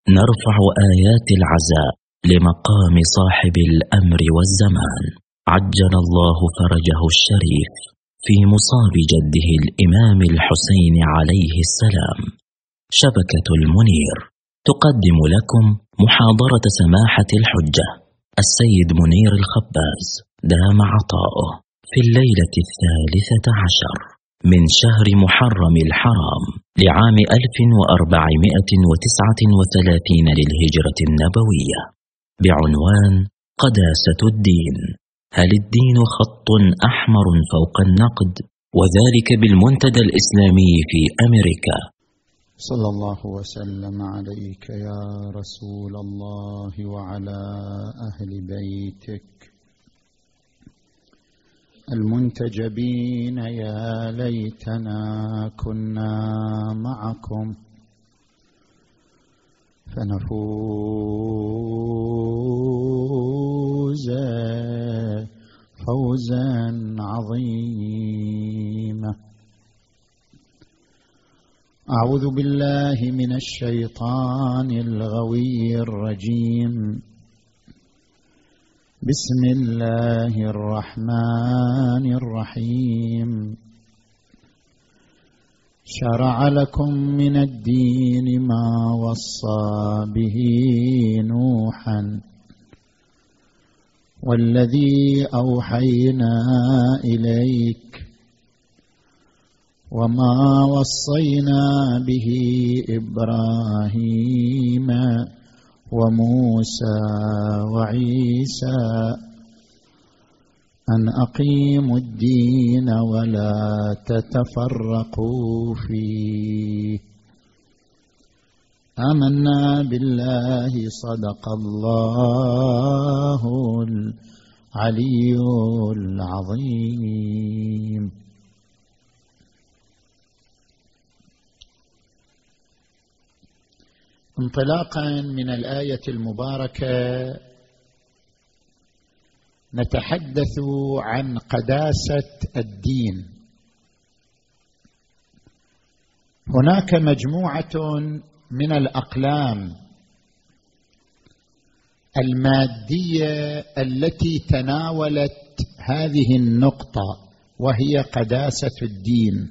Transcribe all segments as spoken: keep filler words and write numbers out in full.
نرفع آيات العزاء لمقام صاحب الأمر والزمان عجل الله فرجه الشريف في مصاب جده الإمام الحسين عليه السلام. شبكة المنير تقدم لكم محاضرة سماحة الحجة السيد منير الخباز دام عطاؤه في الليلة الثالثة عشر من شهر محرم الحرام لعام ألف وأربعمائة وتسعة وثلاثين للهجرة النبوية بعنوان قداسة الدين. هل الدين خط أحمر فوق النقد؟ وذلك بالمنتدى الإسلامي في أمريكا. صلى الله وسلم عليك يا رسول الله وعلى أهل بيتك المنتجبين. يا ليتنا كنا معكم فنفوز فوزا عظيما. أعوذ بالله من الشيطان الغوي الرجيم. بسم الله الرحمن الرحيم. شرع لكم من الدين ما وصى به نوحا والذي أوحينا إليك وما وصينا به إبراهيم وموسى وعيسى أن أقيموا الدين ولا تتفرقوا فيه. آمنا بالله صدق الله العلي العظيم. انطلاقا من الآية المباركة نتحدث عن قداسة الدين. هناك مجموعة من الأقلام المادية التي تناولت هذه النقطة وهي قداسة الدين.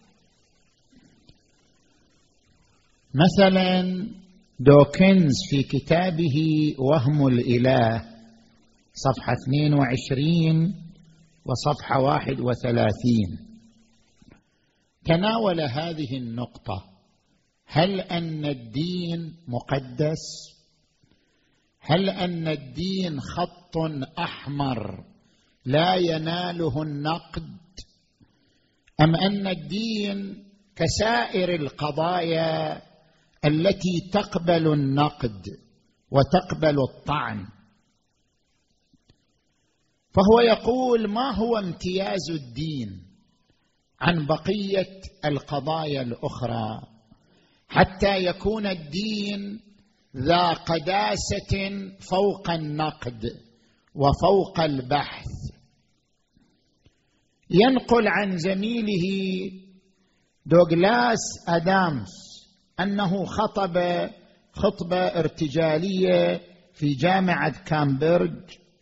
مثلا دوكنز في كتابه وهم الإله صفحة اثنين وعشرين وصفحة واحد وثلاثين تناول هذه النقطة: هل أن الدين مقدس؟ هل أن الدين خط أحمر لا يناله النقد؟ أم أن الدين كسائر القضايا التي تقبل النقد وتقبل الطعن؟ فهو يقول: ما هو امتياز الدين عن بقية القضايا الأخرى حتى يكون الدين ذا قداسة فوق النقد وفوق البحث؟ ينقل عن زميله دوغلاس آدامز أنه خطب خطبة ارتجالية في جامعة كامبريدج،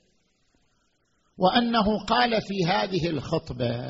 وأنه قال في هذه الخطبة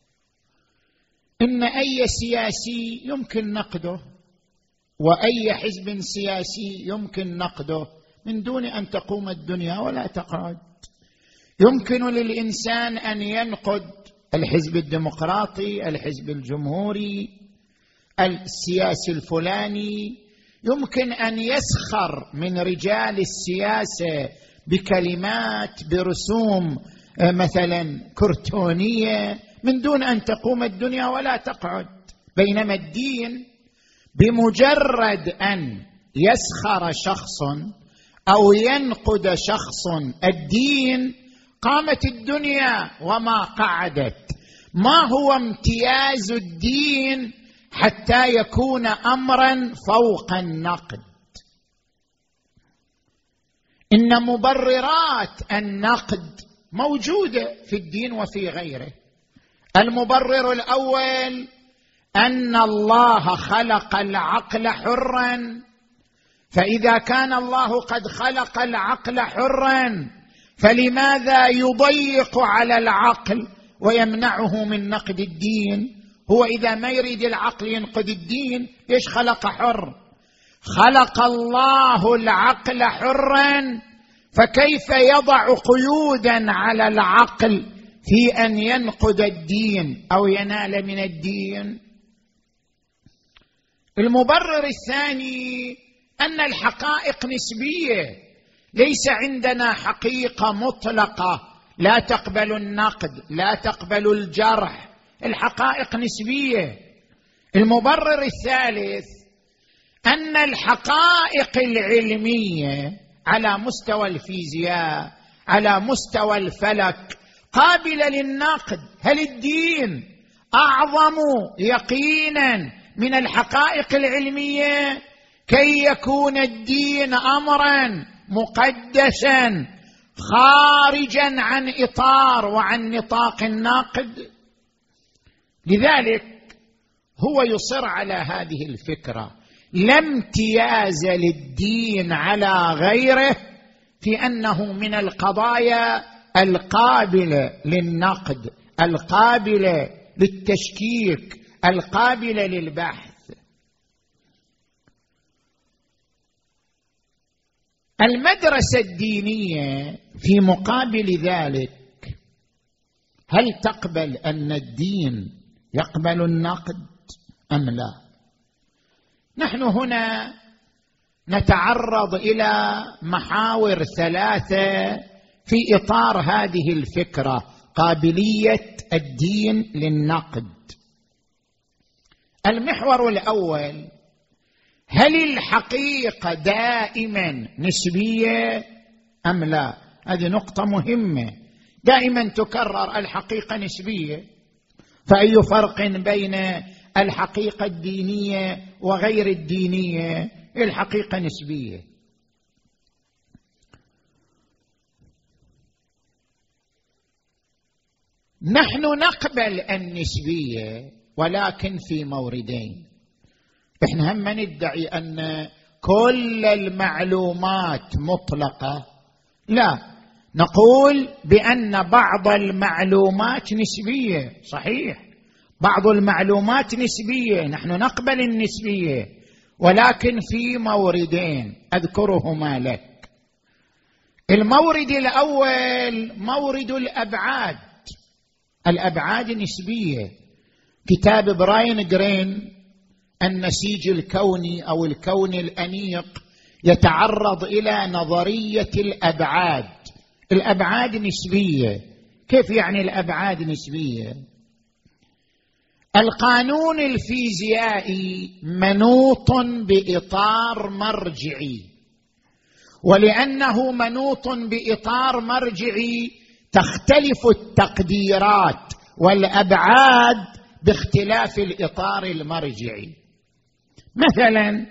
إن أي سياسي يمكن نقده وأي حزب سياسي يمكن نقده من دون أن تقوم الدنيا ولا تقعد. يمكن للإنسان أن ينقد الحزب الديمقراطي، الحزب الجمهوري، السياسي الفلاني، يمكن أن يسخر من رجال السياسة بكلمات برسوم مثلا كرتونية من دون أن تقوم الدنيا ولا تقعد. بينما الدين بمجرد أن يسخر شخص أو ينقد شخص الدين قامت الدنيا وما قعدت. ما هو امتياز الدين حتى يكون أمرا فوق النقد؟ إن مبررات النقد موجودة في الدين وفي غيره. المبرر الأول أن الله خلق العقل حرا فإذا كان الله قد خلق العقل حرا فلماذا يضيق على العقل ويمنعه من نقد الدين؟ هو إذا ما يريد العقل ينقد الدين ليش خلق حر؟ خلق الله العقل حرا، فكيف يضع قيودا على العقل في أن ينقد الدين أو ينال من الدين؟ المبرر الثاني أن الحقائق نسبية، ليس عندنا حقيقة مطلقة لا تقبل النقد لا تقبل الجرح، الحقائق نسبية. المبرر الثالث أن الحقائق العلمية على مستوى الفيزياء على مستوى الفلك قابلة للنقد. هل الدين أعظم يقينا من الحقائق العلمية كي يكون الدين أمرا مقدسا خارجا عن إطار وعن نطاق النقد؟ لذلك هو يصر على هذه الفكرة، لا امتياز للدين على غيره في أنه من القضايا القابلة للنقد، القابلة للتشكيك، القابلة للبحث. المدرسة الدينية في مقابل ذلك هل تقبل أن الدين يقبل النقد أم لا؟ نحن هنا نتعرض إلى محاور ثلاثة في إطار هذه الفكرة، قابلية الدين للنقد. المحور الأول: هل الحقيقة دائما نسبية أم لا؟ هذه نقطة مهمة، دائما تكرر الحقيقة نسبية. فأي فرق بين الحقيقة الدينية وغير الدينية؟ الحقيقة نسبية. نحن نقبل النسبية ولكن في موردين. احنا هم ندعي أن كل المعلومات مطلقة، لا، نقول بأن بعض المعلومات نسبية. صحيح، بعض المعلومات نسبية، نحن نقبل النسبية، ولكن في موردين أذكرهما لك. المورد الأول مورد الأبعاد. الأبعاد نسبية. كتاب براين جرين النسيج الكوني أو الكون الأنيق يتعرض إلى نظرية الأبعاد. الأبعاد نسبية. كيف يعني الأبعاد نسبية؟ القانون الفيزيائي منوط بإطار مرجعي، ولأنه منوط بإطار مرجعي تختلف التقديرات والأبعاد باختلاف الإطار المرجعي. مثلا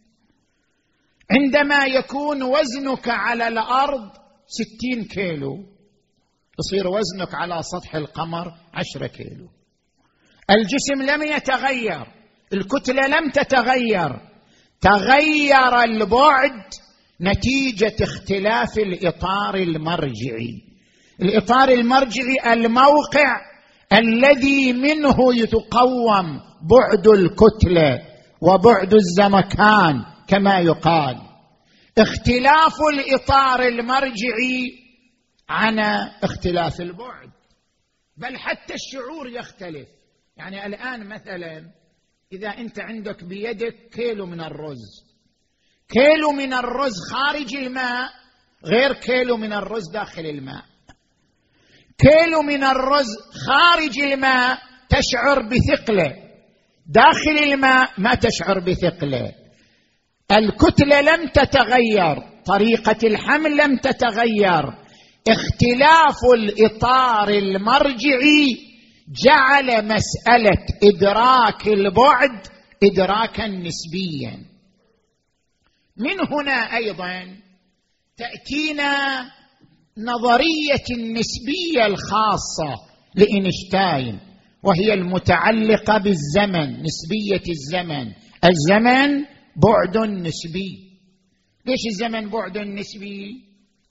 عندما يكون وزنك على الأرض ستين كيلو، يصير وزنك على سطح القمر عشرة كيلو. الجسم لم يتغير، الكتلة لم تتغير، تغير البعد نتيجة اختلاف الإطار المرجعي. الإطار المرجعي الموقع الذي منه يتقوم بعد الكتلة وبعد الزمكان كما يقال. اختلاف الإطار المرجعي عن اختلاف البعد، بل حتى الشعور يختلف. يعني الآن مثلا إذا أنت عندك بيدك كيلو من الرز، كيلو من الرز خارج الماء غير كيلو من الرز داخل الماء. كيلو من الرز خارج الماء تشعر بثقله، داخل الماء ما تشعر بثقله. الكتلة لم تتغير، طريقة الحمل لم تتغير، اختلاف الإطار المرجعي جعل مسألة إدراك البعد إدراكا نسبيا. من هنا أيضا تأتينا نظرية النسبية الخاصة لإينشتاين، وهي المتعلقة بالزمن، نسبية الزمن. الزمن بعد نسبي. ليش الزمن بعد نسبي؟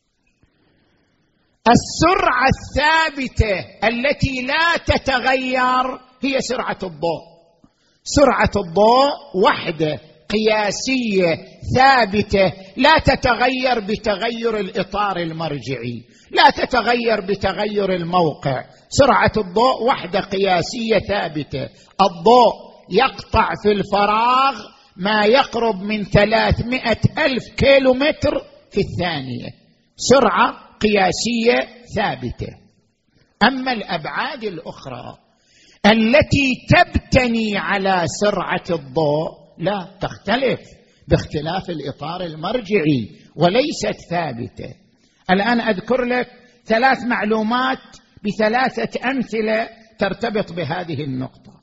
السرعة الثابتة التي لا تتغير هي سرعة الضوء. سرعة الضوء وحدة قياسية ثابتة لا تتغير بتغير الإطار المرجعي، لا تتغير بتغير الموقع. سرعة الضوء وحدة قياسية ثابتة. الضوء يقطع في الفراغ ما يقرب من ثلاثمائة ألف كيلو متر في الثانية، سرعة قياسية ثابتة. أما الأبعاد الأخرى التي تبتني على سرعة الضوء لا، تختلف باختلاف الإطار المرجعي وليست ثابتة. الآن أذكر لك ثلاث معلومات بثلاثة أمثلة ترتبط بهذه النقطة.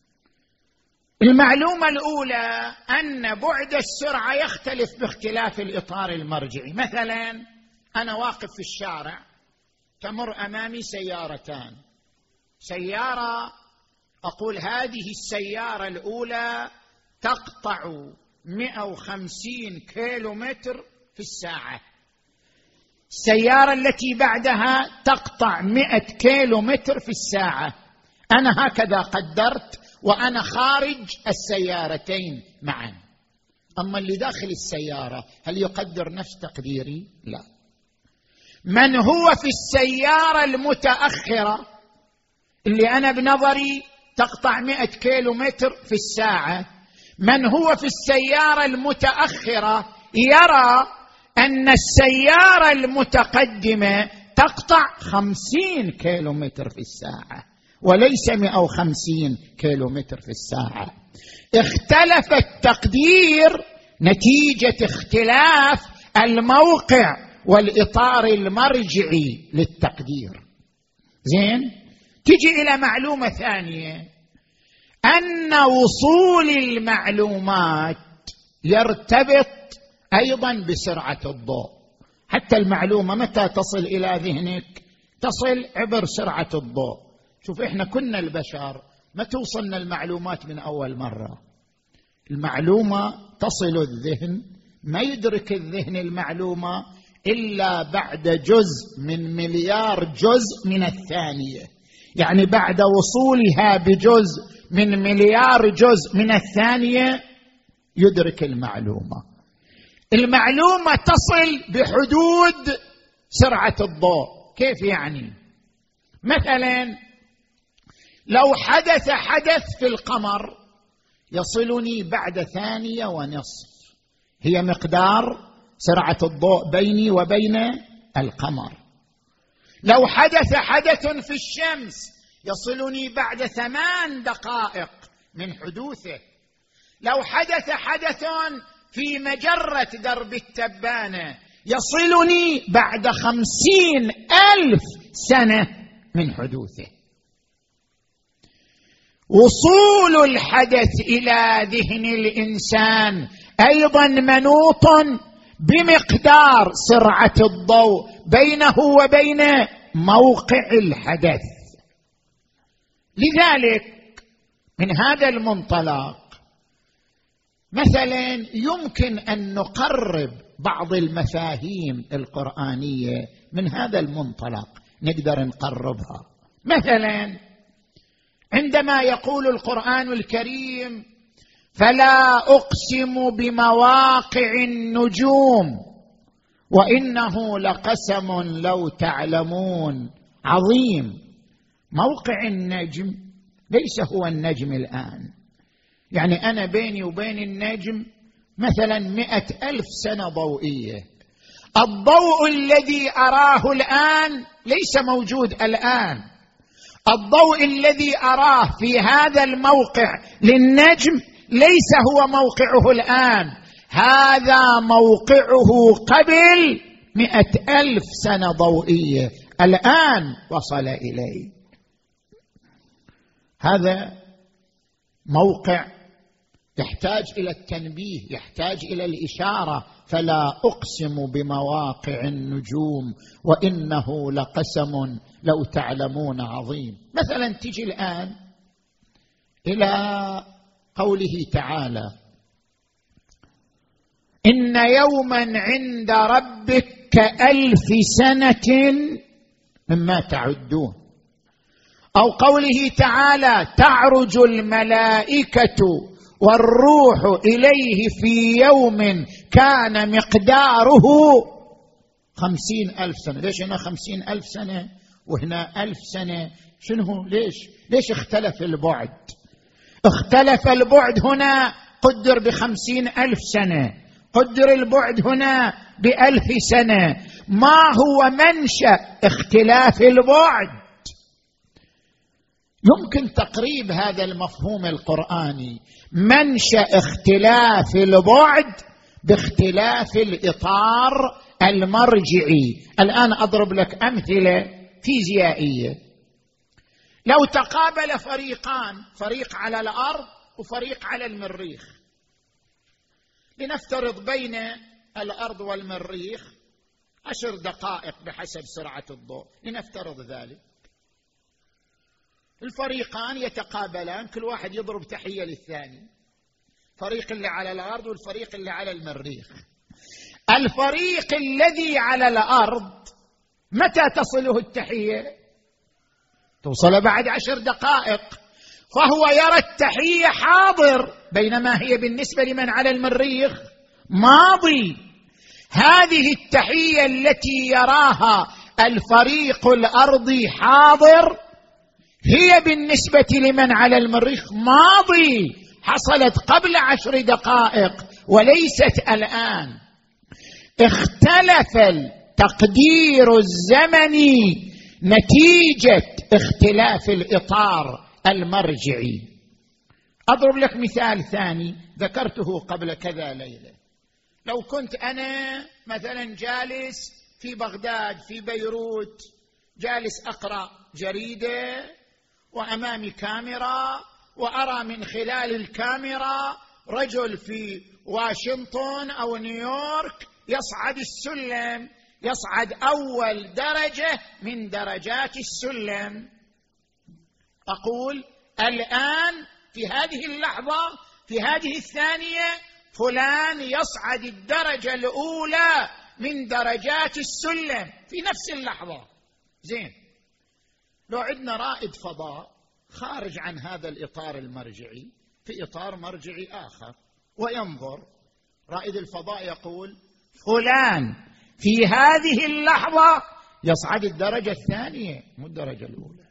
المعلومة الأولى أن بعد السرعة يختلف باختلاف الإطار المرجعي. مثلا أنا واقف في الشارع، تمر أمامي سيارتان، سيارة أقول هذه السيارة الأولى تقطع مئة وخمسين كيلو متر في الساعة، السيارة التي بعدها تقطع مئة كيلو متر في الساعة. أنا هكذا قدرت وأنا خارج السيارتين معا. أما اللي داخل السيارة هل يقدر نفس تقديري؟ لا. من هو في السيارة المتأخرة اللي أنا بنظري تقطع مئة كيلو متر في الساعة، من هو في السيارة المتأخرة يرى أن السيارة المتقدمة تقطع خمسين كيلو متر في الساعة وليس مئة وخمسين كيلو متر في الساعة. اختلف التقدير نتيجة اختلاف الموقع والإطار المرجعي للتقدير. زين، تجي إلى معلومة ثانية، أن وصول المعلومات يرتبط أيضا بسرعة الضوء. حتى المعلومة متى تصل إلى ذهنك؟ تصل عبر سرعة الضوء. شوف، إحنا كنا البشر ما توصلنا المعلومات من أول مرة. المعلومة تصل الذهن، ما يدرك الذهن المعلومة إلا بعد جزء من مليار جزء من الثانية، يعني بعد وصولها بجزء من مليار جزء من الثانية يدرك المعلومة. المعلومة تصل بحدود سرعة الضوء. كيف يعني؟ مثلا لو حدث حدث في القمر يصلني بعد ثانية ونصف، هي مقدار سرعة الضوء بيني وبين القمر. لو حدث حدث في الشمس يصلني بعد ثمان دقائق من حدوثه. لو حدث حدث في مجرة درب التبانة يصلني بعد خمسين ألف سنة من حدوثه. وصول الحدث إلى ذهن الإنسان أيضا منوط بمقدار سرعة الضوء بينه وبين موقع الحدث. لذلك من هذا المنطلق مثلا يمكن أن نقرب بعض المفاهيم القرآنية من هذا المنطلق، نقدر نقربها. مثلا عندما يقول القرآن الكريم فلا أقسم بمواقع النجوم وإنه لقسم لو تعلمون عظيم. موقع النجم ليس هو النجم الآن، يعني أنا بيني وبين النجم مثلا مئة ألف سنة ضوئية. الضوء الذي أراه الآن ليس موجود الآن. الضوء الذي أراه في هذا الموقع للنجم ليس هو موقعه الآن، هذا موقعه قبل مئة ألف سنة ضوئية، الآن وصل إليه. هذا موقع يحتاج إلى التنبيه، يحتاج إلى الإشارة. فلا أقسم بمواقع النجوم وإنه لقسم لو تعلمون عظيم. مثلا تجي الآن إلى قوله تعالى إن يوما عند ربك كألف سنة مما تعدون. أو قوله تعالى تعرج الملائكة والروح إليه في يوم كان مقداره خمسين ألف سنة. ليش هنا خمسين ألف سنة وهنا ألف سنة؟ شنو ليش ليش اختلف البعد؟ اختلف البعد هنا قدر بخمسين ألف سنة، قدر البعد هنا بألف سنة. ما هو منشأ اختلاف البعد؟ يمكن تقريب هذا المفهوم القرآني. منشأ اختلاف البعد باختلاف الإطار المرجعي. الآن أضرب لك أمثلة فيزيائية. لو تقابل فريقان، فريق على الأرض وفريق على المريخ، لنفترض بين الأرض والمريخ عشر دقائق بحسب سرعة الضوء، لنفترض ذلك. الفريقان يتقابلان، كل واحد يضرب تحية للثاني، فريق اللي على الأرض والفريق اللي على المريخ. الفريق الذي على الأرض متى تصله التحية؟ توصل بعد عشر دقائق، فهو يرى التحية حاضر، بينما هي بالنسبة لمن على المريخ ماضي. هذه التحية التي يراها الفريق الأرضي حاضر هي بالنسبة لمن على المريخ ماضي، حصلت قبل عشر دقائق وليست الآن. اختلف التقدير الزمني نتيجة اختلاف الإطار المرجعي. أضرب لك مثال ثاني ذكرته قبل كذا ليلة. لو كنت أنا مثلا جالس في بغداد في بيروت، جالس أقرأ جريدة وأمامي كاميرا، وأرى من خلال الكاميرا رجل في واشنطن أو نيويورك يصعد السلم، يصعد أول درجة من درجات السلم. أقول الآن في هذه اللحظة في هذه الثانية فلان يصعد الدرجة الأولى من درجات السلم في نفس اللحظة. زين، لو عندنا رائد فضاء خارج عن هذا الإطار المرجعي في إطار مرجعي آخر وينظر، رائد الفضاء يقول فلان في هذه اللحظة يصعد الدرجة الثانية مو الدرجة الأولى.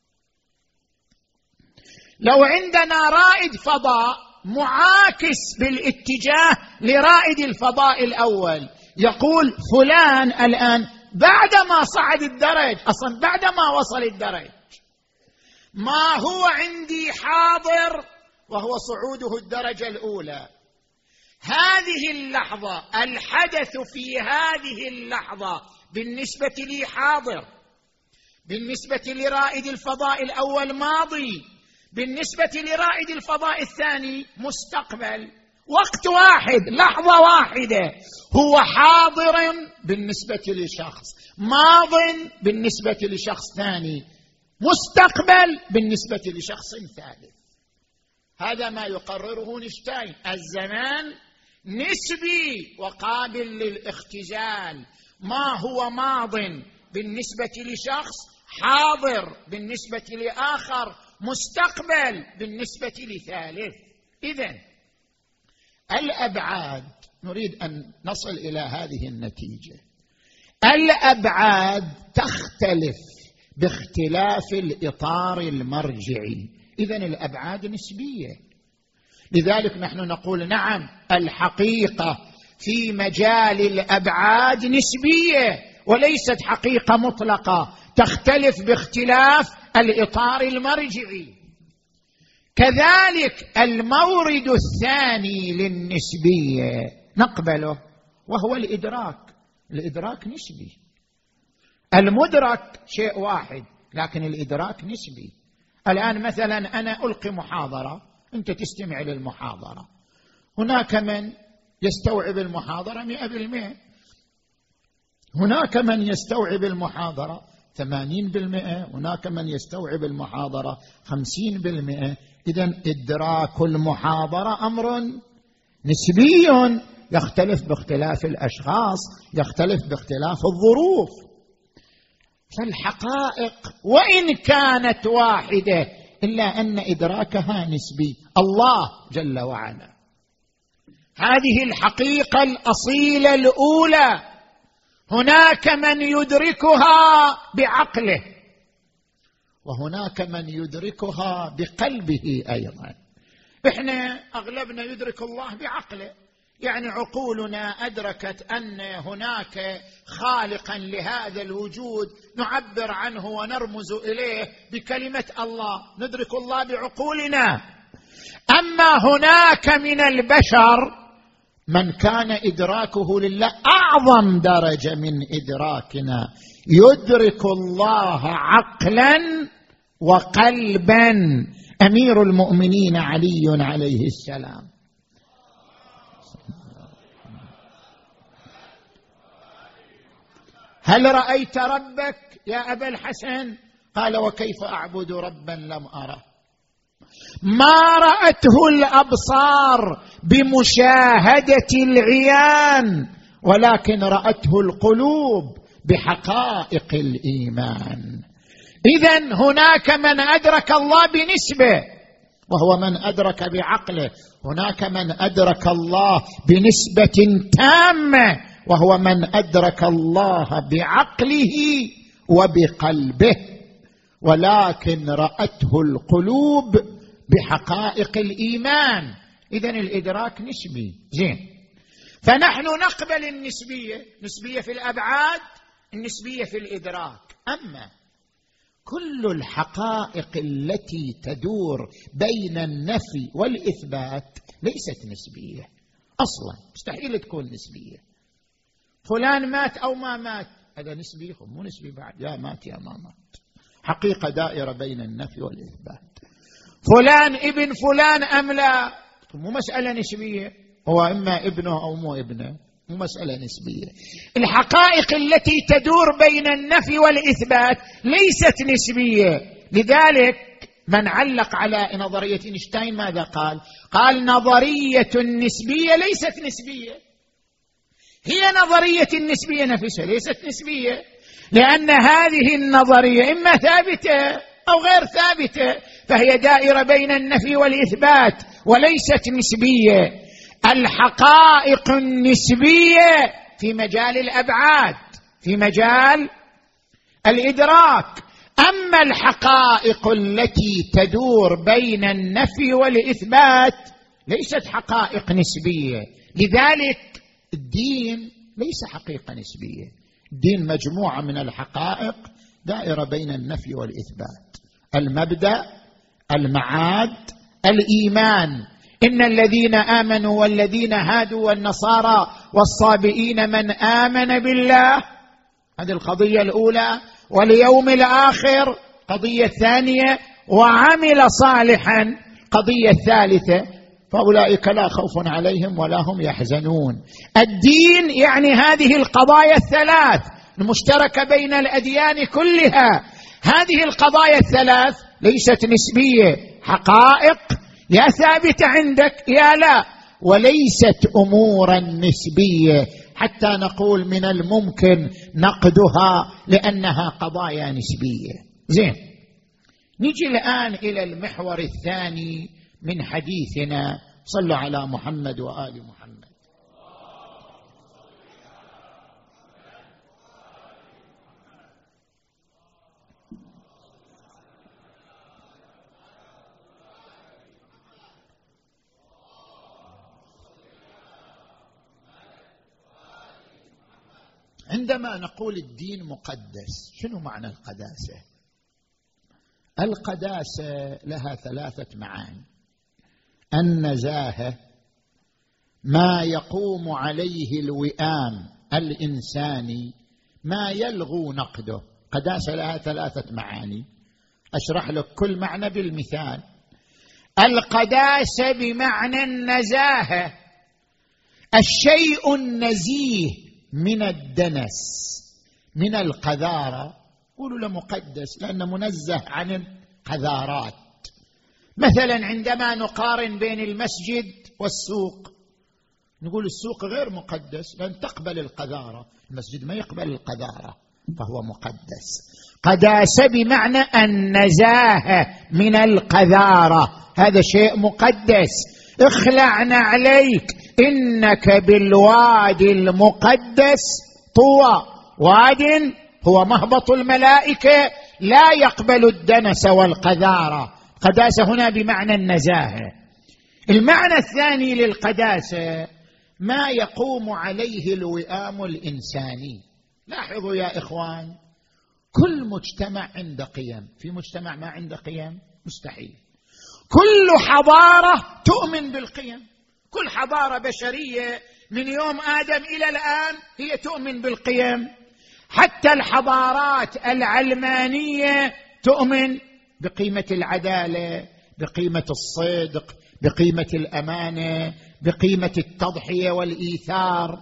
لو عندنا رائد فضاء معاكس بالاتجاه لرائد الفضاء الأول، يقول فلان الآن بعدما صعد الدرج، أصلا بعدما وصل الدرج، ما هو عندي حاضر وهو صعوده الدرجة الأولى. هذه اللحظة، الحدث في هذه اللحظة بالنسبة لي حاضر، بالنسبة لرائد الفضاء الأول ماضي، بالنسبة لرائد الفضاء الثاني مستقبل. وقت واحد، لحظة واحدة، هو حاضر بالنسبة لشخص، ماض بالنسبة لشخص ثاني، مستقبل بالنسبة لشخص ثالث. هذا ما يقرره نيشتاين. الزمان نسبي وقابل للاختزال. ما هو ماض بالنسبة لشخص، حاضر بالنسبة لآخر، مستقبل بالنسبة لثالث. إذن الأبعاد، نريد أن نصل إلى هذه النتيجة، الأبعاد تختلف باختلاف الإطار المرجعي. إذن الأبعاد نسبية. لذلك نحن نقول نعم الحقيقة في مجال الأبعاد نسبية وليست حقيقة مطلقة، تختلف باختلاف الإطار المرجعي. كذلك المورد الثاني للنسبية نقبله وهو الإدراك. الإدراك نسبي. المدرك شيء واحد لكن الإدراك نسبي. الآن مثلا أنا ألقي محاضرة، أنت تستمع للمحاضرة، هناك من يستوعب المحاضرة مئة بالمئة، هناك من يستوعب المحاضرة ثمانين بالمئة، هناك من يستوعب المحاضرة خمسين بالمئة. إذن إدراك المحاضرة أمر نسبي يختلف باختلاف الأشخاص، يختلف باختلاف الظروف. فالحقائق وإن كانت واحدة إلا أن إدراكها نسبي. الله جل وعلا هذه الحقيقة الأصيلة الأولى هناك من يدركها بعقله وهناك من يدركها بقلبه أيضا. إحنا أغلبنا يدرك الله بعقله، يعني عقولنا أدركت أن هناك خالقا لهذا الوجود نعبر عنه ونرمز إليه بكلمة الله، ندرك الله بعقولنا. أما هناك من البشر من كان إدراكه لله أعظم درجة من إدراكنا، يدرك الله عقلا وقلبا. أمير المؤمنين علي عليه السلام هل رأيت ربك يا أبا الحسن؟ قال وكيف أعبد ربا لم أره؟ ما رأته الأبصار بمشاهدة العيان، ولكن رأته القلوب بحقائق الإيمان. إذن هناك من أدرك الله بنسبة وهو من أدرك بعقله، هناك من أدرك الله بنسبة تامة وهو من أدرك الله بعقله وبقلبه، ولكن رأته القلوب بحقائق الإيمان. إذن الإدراك نسبي. زين، فنحن نقبل النسبية، نسبية في الأبعاد، النسبية في الإدراك. أما كل الحقائق التي تدور بين النفي والإثبات ليست نسبية أصلا، مستحيل تكون نسبية. فلان مات أو ما مات هذا نسبي، مو نسبي بعد، يا مات يا ما مات، حقيقة دائرة بين النفي والإثبات. فلان ابن فلان أم لا، مو مسألة نسبية، هو إما ابنه أو مو ابنه، مو مسألة نسبية. الحقائق التي تدور بين النفي والإثبات ليست نسبية. لذلك من علق على نظرية إينشتاين ماذا قال؟ قال نظرية النسبية ليست نسبية، هي نظرية النسبية نفسها ليست نسبية، لأن هذه النظرية إما ثابتة أو غير ثابتة، فهي دائرة بين النفي والإثبات وليست نسبية. الحقائق النسبية في مجال الأبعاد، في مجال الإدراك. أما الحقائق التي تدور بين النفي والإثبات ليست حقائق نسبية. لذلك الدين ليس حقيقة نسبية، الدين مجموعة من الحقائق دائرة بين النفي والإثبات. المبدأ، المعاد، الإيمان. إن الذين آمنوا والذين هادوا والنصارى والصابئين من آمن بالله، هذه القضية الأولى، واليوم الآخر قضية ثانية، وعمل صالحا قضية ثالثة، فأولئك لا خوف عليهم ولا هم يحزنون. الدين يعني هذه القضايا الثلاث المشتركة بين الأديان كلها. هذه القضايا الثلاث ليست نسبية، حقائق يا ثابتة عندك يا لا، وليست أمورا نسبية حتى نقول من الممكن نقدها لأنها قضايا نسبية. زين، نجي الآن إلى المحور الثاني من حديثنا. صلوا على محمد وآل محمد. عندما نقول الدين مقدس، شنو معنى القداسة؟ القداسة لها ثلاثة معاني. النزاهة، ما يقوم عليه الوئام الإنساني ما يلغو نقده. قداسة لها ثلاثة معاني، أشرح لك كل معنى بالمثال. القداسة بمعنى النزاهة، الشيء النزيه من الدنس، من القذارة، قولوا له مقدس لأنه منزه عن القذارات. مثلا عندما نقارن بين المسجد والسوق، نقول السوق غير مقدس لأن تقبل القذارة، المسجد ما يقبل القذارة فهو مقدس. قداسة بمعنى النزاهة من القذارة، هذا شيء مقدس. اخلعنا عليك إنك بالوادي المقدس طوى، واد هو مهبط الملائكة لا يقبل الدنس والقذارة. قداسة هنا بمعنى النزاهة. المعنى الثاني للقداسة ما يقوم عليه الوئام الإنساني. لاحظوا يا إخوان، كل مجتمع عنده قيم، في مجتمع ما عنده قيم مستحيل. كل حضارة تؤمن بالقيم، كل حضارة بشرية من يوم آدم إلى الآن هي تؤمن بالقيم. حتى الحضارات العلمانية تؤمن بقيمة العدالة، بقيمة الصدق، بقيمة الأمانة، بقيمة التضحية والإيثار.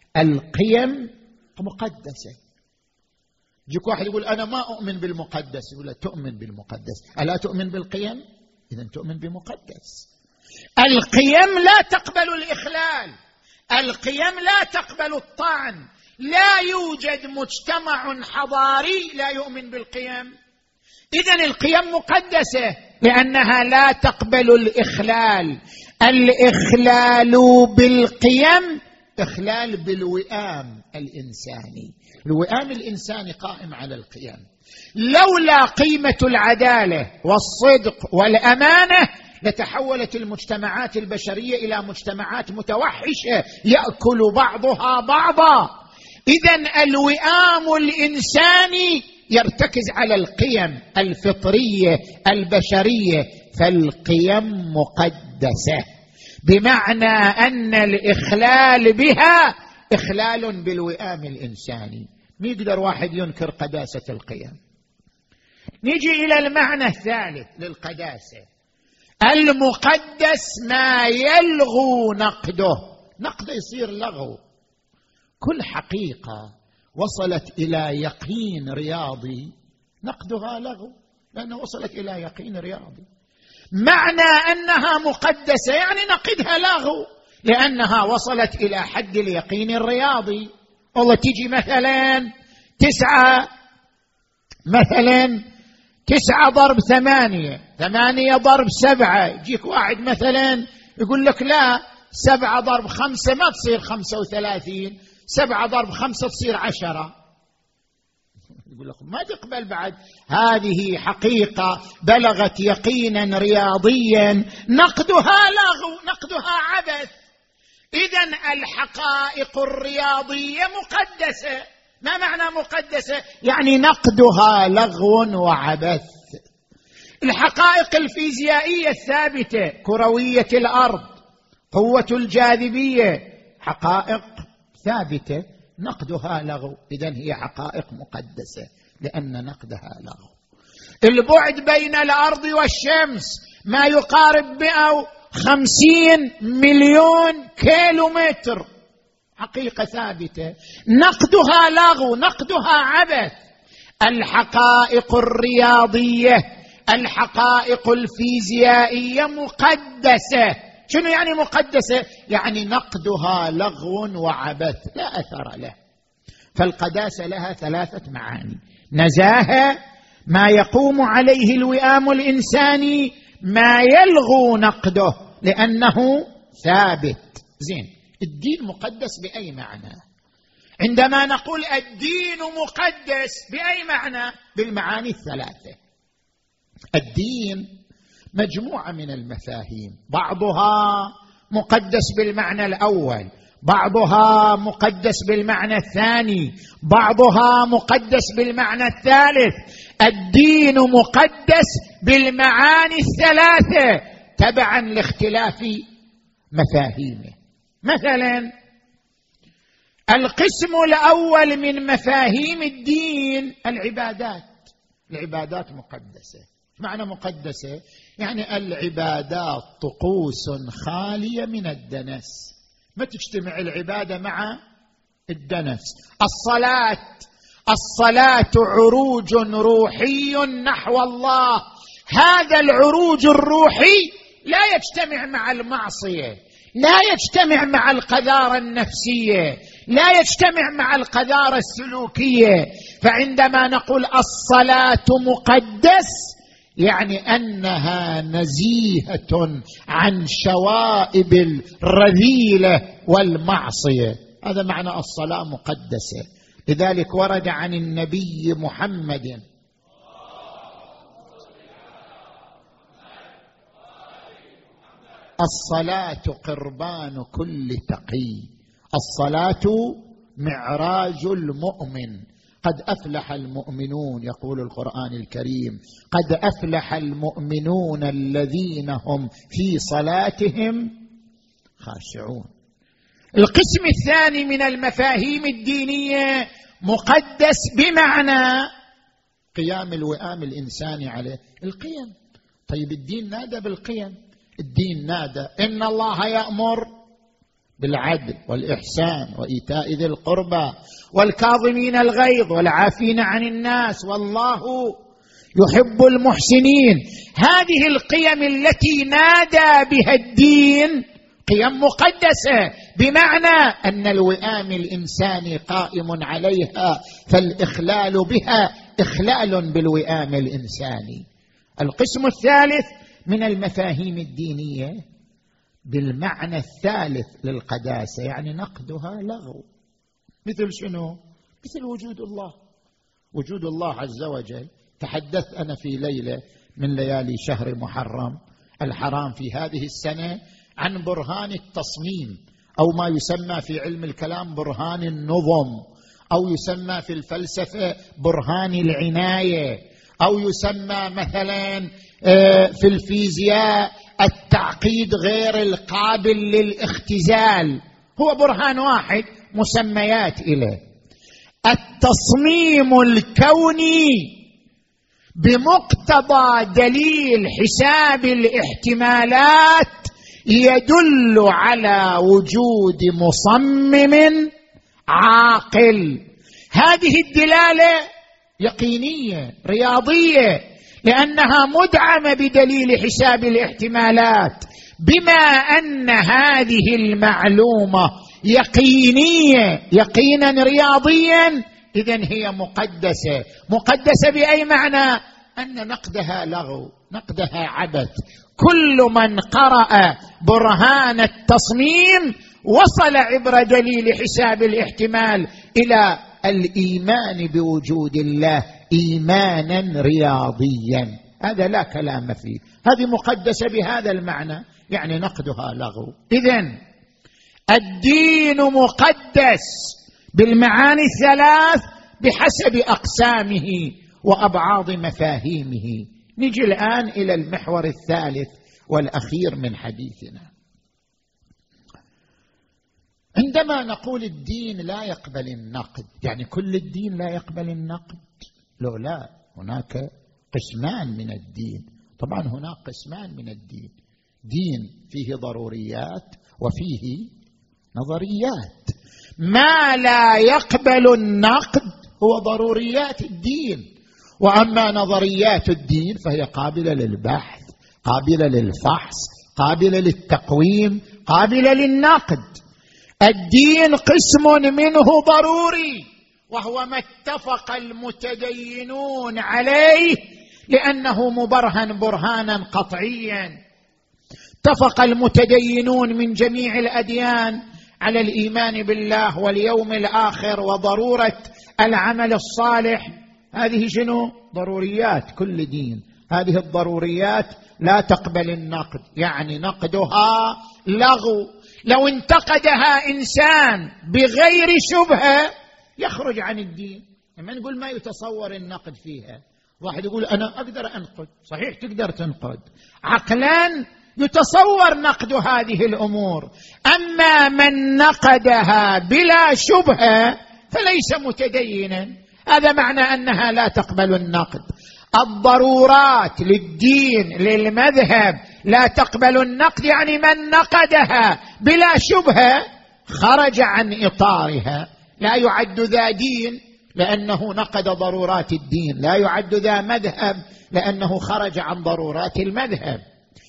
القيم مقدسة. يجيك واحد يقول أنا ما أؤمن بالمقدس، يقول لا تؤمن بالمقدس. ألا تؤمن بالقيم؟ إذن تؤمن بمقدس. القيم لا تقبل الإخلال، القيم لا تقبل الطعن. لا يوجد مجتمع حضاري لا يؤمن بالقيم. إذن القيم مقدسة لأنها لا تقبل الإخلال. الإخلال بالقيم إخلال بالوئام الإنساني. الوئام الإنساني قائم على القيم. لولا قيمة العدالة والصدق والأمانة لتحولت المجتمعات البشرية إلى مجتمعات متوحشة يأكل بعضها بعضا. إذن الوئام الإنساني يرتكز على القيم الفطرية البشرية، فالقيم مقدسة بمعنى أن الإخلال بها إخلال بالوئام الإنساني. ما يقدر واحد ينكر قداسة القيم. نيجي إلى المعنى الثالث للقداسة. المقدس ما يلغو نقده. نقده يصير لغو. كل حقيقة وصلت إلى يقين رياضي نقدها لغو، لأنها وصلت إلى يقين رياضي. معنى أنها مقدسة يعني نقدها لغو، لأنها وصلت إلى حد اليقين الرياضي. والله تيجي مثلا تسعة، مثلا تسعة ضرب ثمانية، ثمانية ضرب سبعة. يجيك واحد مثلا يقول لك لا، سبعة ضرب خمسة ما تصير خمسة وثلاثين، سبعة ضرب خمسة تصير عشرة. يقول لكم ما تقبل بعد، هذه حقيقة بلغت يقينا رياضيا نقدها لغو، نقدها عبث. إذن الحقائق الرياضية مقدسة. ما معنى مقدسة؟ يعني نقدها لغو وعبث. الحقائق الفيزيائية الثابتة، كروية الأرض، قوة الجاذبية، حقائق ثابتة نقدها لغو. إذن هي حقائق مقدسة لأن نقدها لغو. البعد بين الأرض والشمس ما يقارب مئة وخمسين مليون كيلومتر، حقيقة ثابتة نقدها لغو، نقدها عبث. الحقائق الرياضية، الحقائق الفيزيائية مقدسة. شنو يعني مقدسة؟ يعني نقدها لغو وعبث لا أثر له. فالقداسة لها ثلاثة معاني: نزاهة، ما يقوم عليه الوئام الإنساني، ما يلغو نقده لأنه ثابت. زين، الدين مقدس بأي معنى؟ عندما نقول الدين مقدس بأي معنى؟ بالمعاني الثلاثة. الدين مجموعة من المفاهيم، بعضها مقدس بالمعنى الأول، بعضها مقدس بالمعنى الثاني، بعضها مقدس بالمعنى الثالث. الدين مقدس بالمعاني الثلاثة تبعا لاختلاف مفاهيمه. مثلا القسم الأول من مفاهيم الدين العبادات. العبادات مقدسة. معنى مقدسة يعني العبادات طقوس خالية من الدنس، ما تجتمع العبادة مع الدنس. الصلاة، الصلاة عروج روحي نحو الله، هذا العروج الروحي لا يجتمع مع المعصية. لا يجتمع مع القذارة النفسية، لا يجتمع مع القذارة السلوكية. فعندما نقول الصلاة مقدس يعني أنها نزيهة عن شوائب الرذيلة والمعصية، هذا معنى الصلاة مقدسة. لذلك ورد عن النبي محمد الصلاة قربان كل تقي، الصلاة معراج المؤمن، قد أفلح المؤمنون، يقول القرآن الكريم قد أفلح المؤمنون الذين هم في صلاتهم خاشعون. القسم الثاني من المفاهيم الدينية مقدس بمعنى قيام الوئام الإنساني عليه، القيم. طيب الدين نادى بالقيم، الدين نادى إن الله يأمر بالعدل والإحسان وإيتاء ذي القربى والكاظمين الغيظ والعافين عن الناس والله يحب المحسنين. هذه القيم التي نادى بها الدين قيم مقدسة، بمعنى أن الوئام الإنساني قائم عليها، فالإخلال بها إخلال بالوئام الإنساني. القسم الثالث من المفاهيم الدينية بالمعنى الثالث للقداسة، يعني نقدها لغو. مثل شنو؟ مثل وجود الله. وجود الله عز وجل، تحدثت أنا في ليلة من ليالي شهر محرم الحرام في هذه السنة عن برهان التصميم، أو ما يسمى في علم الكلام برهان النظم، أو يسمى في الفلسفة برهان العناية، أو يسمى مثلا في الفيزياء التعقيد غير القابل للاختزال. هو برهان واحد، مسميات إليه. التصميم الكوني بمقتضى دليل حساب الاحتمالات يدل على وجود مصمم عاقل. هذه الدلالة يقينية رياضية، لأنها مدعمة بدليل حساب الاحتمالات. بما أن هذه المعلومة يقينية يقينا رياضيا، إذن هي مقدسة. مقدسة بأي معنى؟ أن نقدها لغو، نقدها عبث. كل من قرأ برهان التصميم وصل عبر دليل حساب الاحتمال إلى الإيمان بوجود الله إيمانا رياضيا، هذا لا كلام فيه. هذه مقدسة بهذا المعنى، يعني نقدها لغو. إذن الدين مقدس بالمعاني الثلاث بحسب أقسامه وأبعاض مفاهيمه. نجي الآن إلى المحور الثالث والأخير من حديثنا. عندما نقول الدين لا يقبل النقد، يعني كل الدين لا يقبل النقد؟ لا لا، هناك قسمان من الدين. طبعا هناك قسمان من الدين، دين فيه ضروريات وفيه نظريات. ما لا يقبل النقد هو ضروريات الدين، وأما نظريات الدين فهي قابلة للبحث، قابلة للفحص، قابلة للتقويم، قابلة للنقد. الدين قسم منه ضروري، وهو ما اتفق المتدينون عليه لأنه مبرهن برهانا قطعيا. اتفق المتدينون من جميع الأديان على الإيمان بالله واليوم الآخر وضرورة العمل الصالح. هذه شنو؟ ضروريات كل دين. هذه الضروريات لا تقبل النقد، يعني نقدها لغو. لو انتقدها إنسان بغير شبهة يخرج عن الدين. لما نقول ما يتصور النقد فيها، واحد يقول أنا أقدر أنقد، صحيح تقدر تنقد عقلا، يتصور نقد هذه الأمور. أما من نقدها بلا شبهة فليس متدينا. هذا معنى أنها لا تقبل النقد. الضرورات للدين للمذهب لا تقبل النقد، يعني من نقدها بلا شبهة خرج عن إطارها. لا يعد ذا دين لأنه نقد ضرورات الدين، لا يعد ذا مذهب لأنه خرج عن ضرورات المذهب.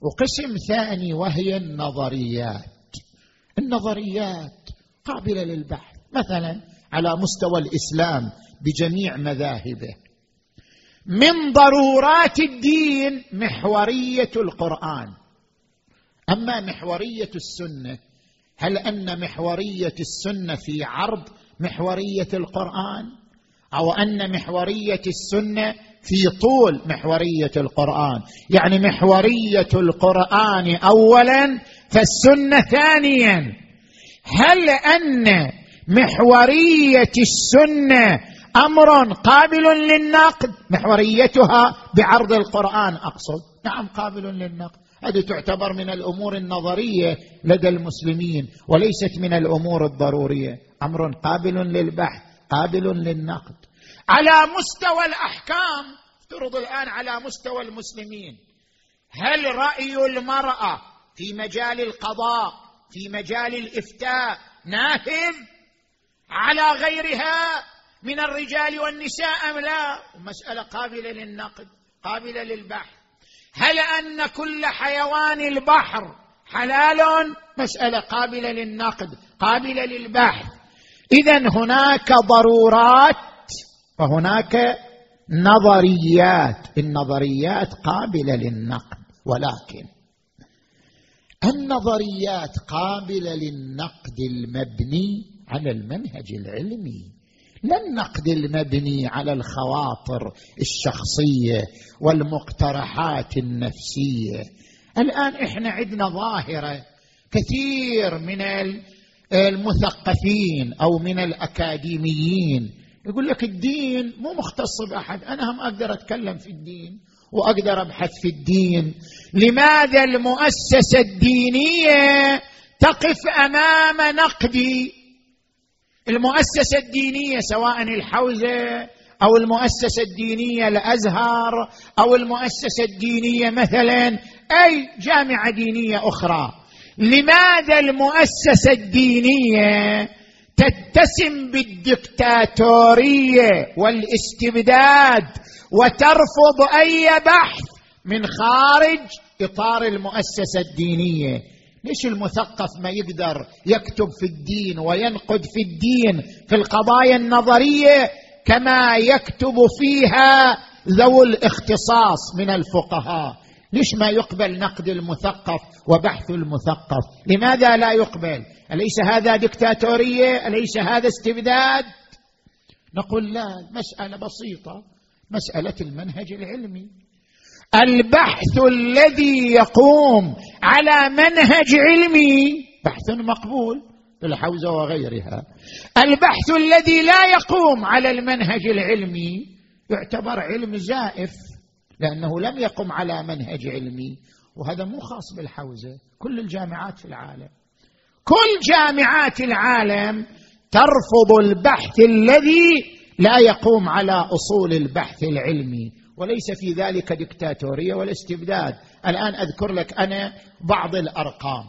وقسم ثاني وهي النظريات. النظريات قابلة للبحث، مثلا على مستوى الإسلام بجميع مذاهبه. من ضرورات الدين محورية القرآن. أما محورية السنة، هل أن محورية السنة في عرض محورية القرآن، أو أن محورية السنة في طول محورية القرآن؟ يعني محورية القرآن أولا فالسنة ثانيا. هل أن محورية السنة أمر قابل للنقد؟ محوريتها بعرض القرآن أقصد، نعم قابل للنقد. هذه تعتبر من الأمور النظرية لدى المسلمين وليست من الأمور الضرورية، أمر قابل للبحث قابل للنقد. على مستوى الأحكام، افترض الآن على مستوى المسلمين، هل رأي المرأة في مجال القضاء في مجال الإفتاء نافذ على غيرها من الرجال والنساء أم لا؟ مسألة قابلة للنقد قابلة للبحث. هل أن كل حيوان البحر حلال؟ مسألة قابلة للنقد قابلة للبحث. إذن هناك ضرورات وهناك نظريات. النظريات قابلة للنقد، ولكن النظريات قابلة للنقد المبني على المنهج العلمي، لا النقد المبني على الخواطر الشخصية والمقترحات النفسية. الآن إحنا عندنا ظاهرة، كثير من المثقفين أو من الأكاديميين يقول لك الدين مو مختص بأحد، أنا هم أقدر أتكلم في الدين وأقدر أبحث في الدين. لماذا المؤسسة الدينية تقف أمام نقدي؟ المؤسسة الدينية سواء الحوزة أو المؤسسة الدينية الأزهر أو المؤسسة الدينية مثلا أي جامعة دينية أخرى، لماذا المؤسسة الدينية تتسم بالدكتاتورية والاستبداد وترفض أي بحث من خارج إطار المؤسسة الدينية؟ ليش المثقف ما يقدر يكتب في الدين وينقد في الدين في القضايا النظرية كما يكتب فيها ذو الاختصاص من الفقهاء؟ ليش ما يقبل نقد المثقف وبحث المثقف؟ لماذا لا يقبل؟ أليس هذا دكتاتورية؟ أليس هذا استبداد؟ نقول لا، مسألة بسيطة، مسألة المنهج العلمي. البحث الذي يقوم على منهج علمي بحث مقبول في الحوزة وغيرها. البحث الذي لا يقوم على المنهج العلمي يعتبر علم زائف، لأنه لم يقم على منهج علمي. وهذا مو خاص بالحوزة، كل الجامعات في العالم، كل جامعات العالم ترفض البحث الذي لا يقوم على أصول البحث العلمي، وليس في ذلك دكتاتورية ولا استبداد. الآن أذكر لك أنا بعض الأرقام.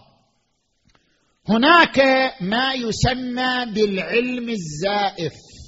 هناك ما يسمى بالعلم الزائف،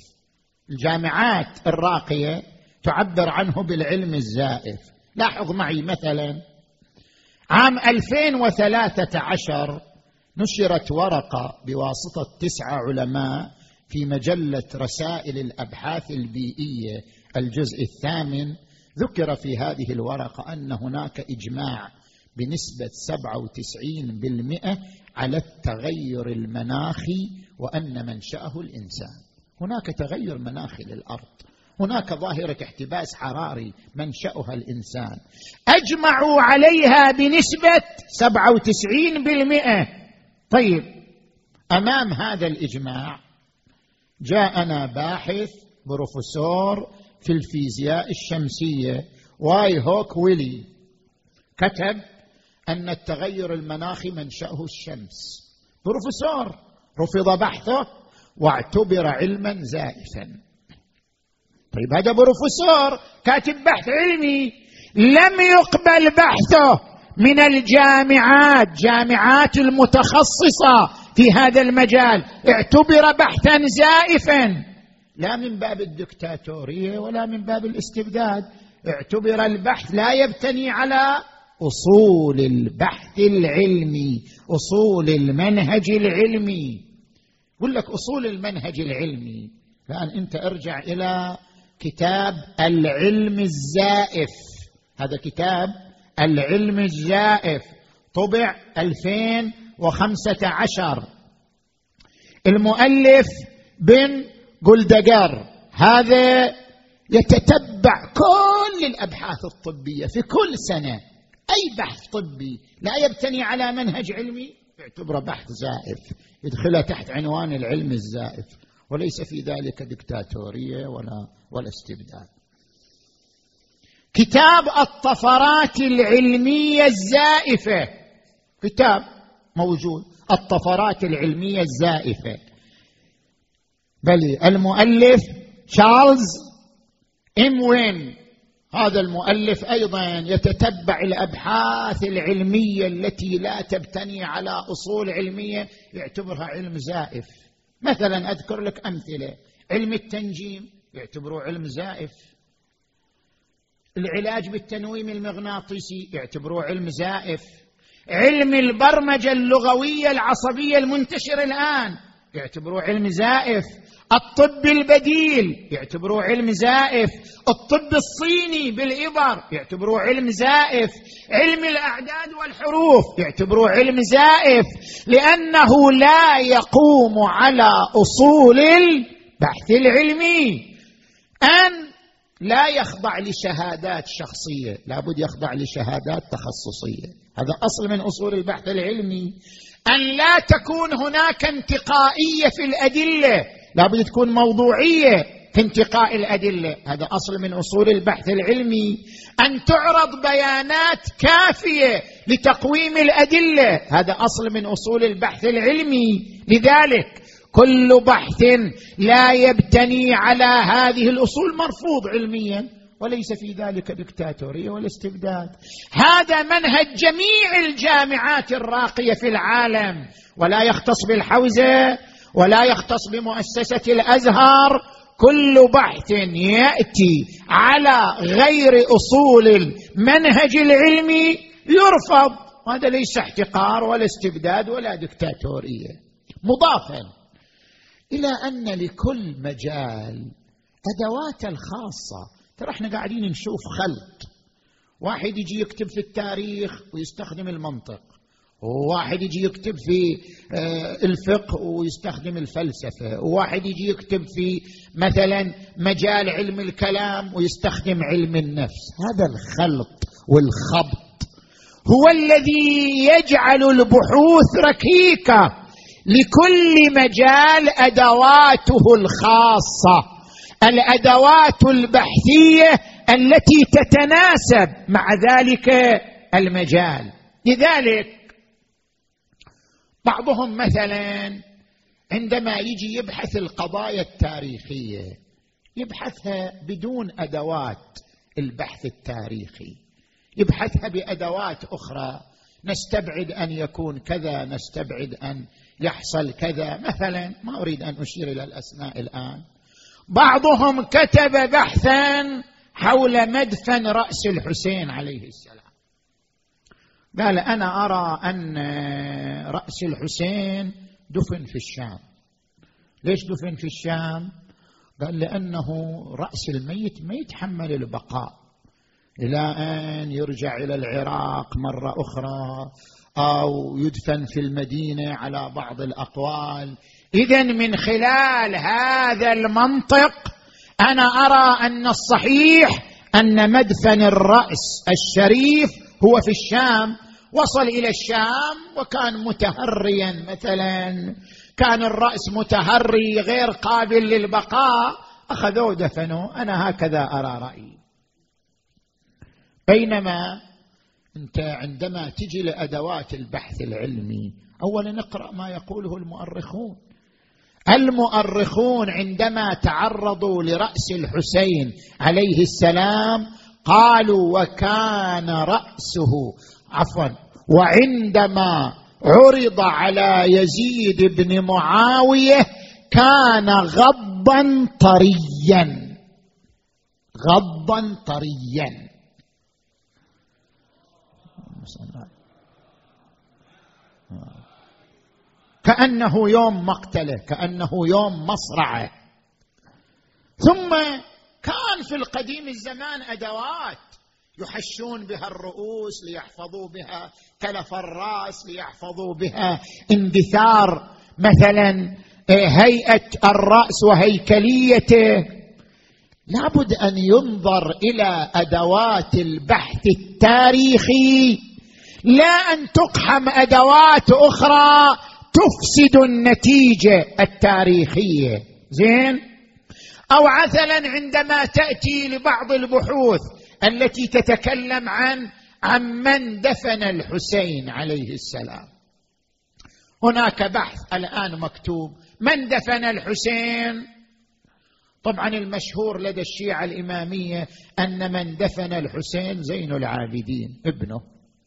الجامعات الراقية تعبر عنه بالعلم الزائف. لاحظ معي مثلا عام ألفين وثلاثة عشر نشرت ورقة بواسطة تسعة علماء في مجلة رسائل الأبحاث البيئية الجزء الثامن. ذكر في هذه الورقة أن هناك إجماع بنسبة سبعة وتسعين بالمئة على التغير المناخي، وأن منشأه الإنسان. هناك تغير مناخي للأرض، هناك ظاهرة احتباس حراري منشأها الإنسان، أجمعوا عليها بنسبة سبعة وتسعين بالمئة. طيب، أمام هذا الإجماع جاءنا باحث بروفيسور في الفيزياء الشمسية واي هوك ويلي، كتب أن التغير المناخي منشأه الشمس. بروفيسور رفض بحثه واعتبر علما زائفا. طيب، هذا بروفيسور كاتب بحث علمي، لم يقبل بحثه من الجامعات، جامعات المتخصصة في هذا المجال، اعتبر بحثا زائفا، لا من باب الدكتاتورية ولا من باب الاستبداد. اعتبر البحث لا يبتني على أصول البحث العلمي، أصول المنهج العلمي. يقول لك أصول المنهج العلمي، الآن أنت ارجع إلى كتاب العلم الزائف، هذا كتاب العلم الزائف طبع ألفين وخمسة عشر، المؤلف بن جولدجر، هذا يتتبع كل الأبحاث الطبية في كل سنة، أي بحث طبي لا يبتني على منهج علمي يعتبره بحث زائف، يدخله تحت عنوان العلم الزائف، وليس في ذلك دكتاتورية ولا ولا استبداد. كتاب الطفرات العلمية الزائفة، كتاب موجود، الطفرات العلمية الزائفة، بل المؤلف تشارلز إم وين، هذا المؤلف أيضا يتتبع الأبحاث العلمية التي لا تبتني على أصول علمية يعتبرها علم زائف. مثلا أذكر لك أمثلة، علم التنجيم يعتبره علم زائف، العلاج بالتنويم المغناطيسي يعتبره علم زائف، علم البرمجة اللغوية العصبية المنتشر الآن يعتبروه علم زائف، الطب البديل يعتبروه علم زائف، الطب الصيني بالإبر يعتبروه علم زائف، علم الأعداد والحروف يعتبروه علم زائف، لأنه لا يقوم على أصول البحث العلمي، أن لا يخضع لشهادات شخصية، لابد يخضع لشهادات تخصصية، هذا أصل من أصول البحث العلمي، أن لا تكون هناك انتقائية في الأدلة، لابد تكون موضوعية في انتقاء الأدلة، هذا أصل من أصول البحث العلمي، أن تعرض بيانات كافية لتقويم الأدلة، هذا أصل من أصول البحث العلمي. لذلك كل بحث لا يبتني على هذه الأصول مرفوض علميا، وليس في ذلك دكتاتورية ولا استبداد. هذا منهج جميع الجامعات الراقية في العالم، ولا يختص بالحوزة ولا يختص بمؤسسة الأزهر، كل بحث يأتي على غير أصول المنهج العلمي يرفض، هذا ليس احتقار ولا استبداد ولا دكتاتورية. مضافا إلى أن لكل مجال أدوات الخاصة، ترى احنا قاعدين نشوف خلط، واحد يجي يكتب في التاريخ ويستخدم المنطق، وواحد يجي يكتب في الفقه ويستخدم الفلسفة، وواحد يجي يكتب في مثلا مجال علم الكلام ويستخدم علم النفس. هذا الخلط والخبط هو الذي يجعل البحوث ركيكة، لكل مجال أدواته الخاصة، الأدوات البحثية التي تتناسب مع ذلك المجال. لذلك بعضهم مثلا عندما يجي يبحث القضايا التاريخية يبحثها بدون أدوات البحث التاريخي، يبحثها بأدوات أخرى، نستبعد أن يكون كذا، نستبعد أن يحصل كذا. مثلا ما أريد أن أشير إلى الأسماء الآن، بعضهم كتب بحثا حول مدفن رأس الحسين عليه السلام، قال أنا أرى أن رأس الحسين دفن في الشام. ليش دفن في الشام؟ قال لأنه رأس الميت ما يتحمل البقاء إلى أن يرجع إلى العراق مرة أخرى أو يدفن في المدينة على بعض الأقوال. إذن من خلال هذا المنطق أنا أرى أن الصحيح أن مدفن الرأس الشريف هو في الشام. وصل إلى الشام وكان متهريا، مثلا كان الرأس متهري غير قابل للبقاء، أخذوه دفنوه. أنا هكذا أرى رأيي. بينما أنت عندما تجي لأدوات البحث العلمي أولا نقرأ ما يقوله المؤرخون. المؤرخون عندما تعرضوا لرأس الحسين عليه السلام قالوا وكان رأسه عفوا وعندما عرض على يزيد بن معاوية كان غضا طريا، غضا طريا. صل على كأنه يوم مقتله، كأنه يوم مصرعه. ثم كان في القديم الزمان أدوات يحشون بها الرؤوس ليحفظوا بها تلف الرأس، ليحفظوا بها اندثار مثلا هيئة الرأس وهيكليته. لابد أن ينظر إلى أدوات البحث التاريخي، لا أن تقحم أدوات أخرى تفسد النتيجة التاريخية. زين؟ أو مثلا عندما تأتي لبعض البحوث التي تتكلم عن عن من دفن الحسين عليه السلام، هناك بحث الآن مكتوب من دفن الحسين. طبعا المشهور لدى الشيعة الإمامية أن من دفن الحسين زين العابدين ابنه.